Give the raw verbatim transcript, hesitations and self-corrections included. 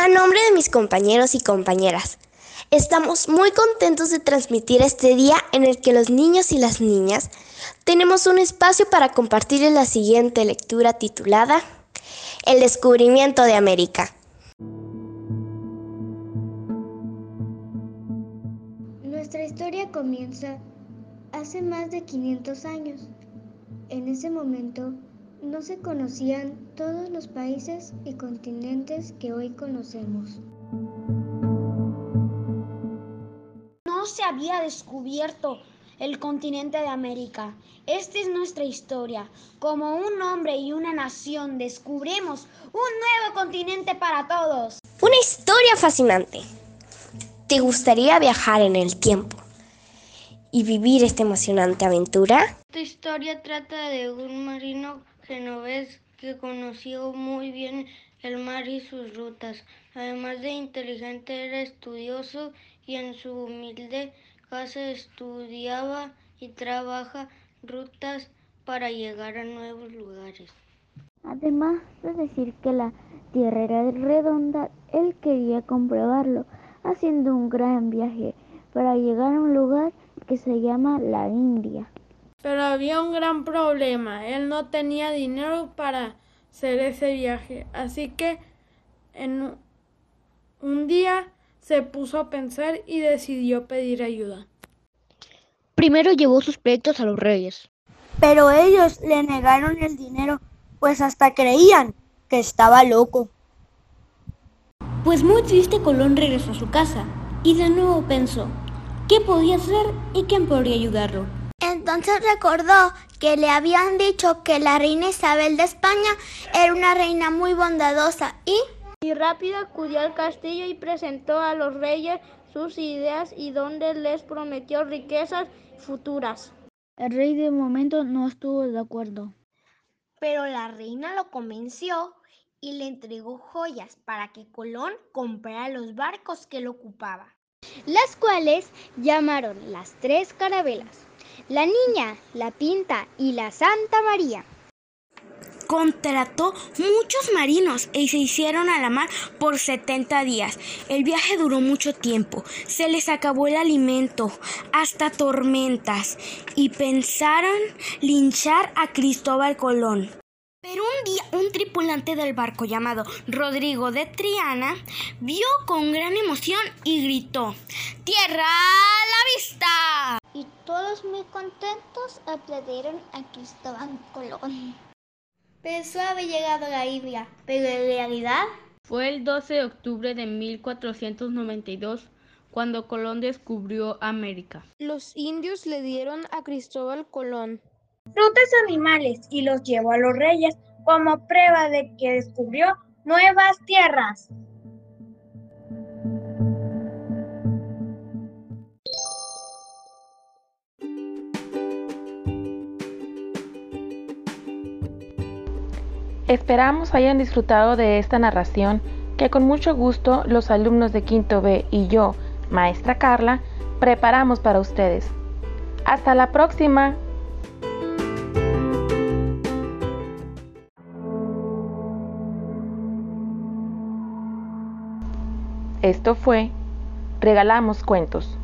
A nombre de mis compañeros y compañeras, estamos muy contentos de transmitir este día en el que los niños y las niñas tenemos un espacio para compartir la siguiente lectura titulada El descubrimiento de América. Nuestra historia comienza hace más de quinientos años. En ese momento no se conocían todos los países y continentes que hoy conocemos. No se había descubierto el continente de América. Esta es nuestra historia. Como un hombre y una nación descubrimos un nuevo continente para todos. Una historia fascinante. ¿Te gustaría viajar en el tiempo y vivir esta emocionante aventura? Esta historia trata de un marino genovés que conoció muy bien el mar y sus rutas. Además de inteligente, era estudioso y en su humilde casa estudiaba y trabaja rutas para llegar a nuevos lugares. Además de decir que la Tierra era redonda, él quería comprobarlo, haciendo un gran viaje para llegar a un lugar que se llama la India. Pero había un gran problema, él no tenía dinero para hacer ese viaje, así que en un día se puso a pensar y decidió pedir ayuda. Primero llevó sus proyectos a los reyes, pero ellos le negaron el dinero, pues hasta creían que estaba loco. Pues muy triste, Colón regresó a su casa y de nuevo pensó qué podía hacer y quién podría ayudarlo. Entonces recordó que le habían dicho que la reina Isabel de España era una reina muy bondadosa y... Y rápido acudió al castillo y presentó a los reyes sus ideas y donde les prometió riquezas futuras. El rey de momento no estuvo de acuerdo. Pero la reina lo convenció y le entregó joyas para que Colón comprara los barcos que lo ocupaban, las cuales llamaron las tres carabelas, la Niña, la Pinta y la Santa María. Contrató muchos marinos y se hicieron a la mar por setenta días. El viaje duró mucho tiempo, se les acabó el alimento, hasta tormentas, y pensaron linchar a Cristóbal Colón. Pero un día un tripulante del barco llamado Rodrigo de Triana vio con gran emoción y gritó: ¡Tierra a la vista! Y todos muy contentos aplaudieron a Cristóbal Colón. Pensó haber llegado a la India, pero en realidad fue el doce de octubre de mil cuatrocientos noventa y dos cuando Colón descubrió América. Los indios le dieron a Cristóbal Colón frutas y animales y los llevó a los reyes como prueba de que descubrió nuevas tierras. Esperamos hayan disfrutado de esta narración que con mucho gusto los alumnos de Quinto B y yo, maestra Carla, preparamos para ustedes. ¡Hasta la próxima! Esto fue Regalamos Cuentos.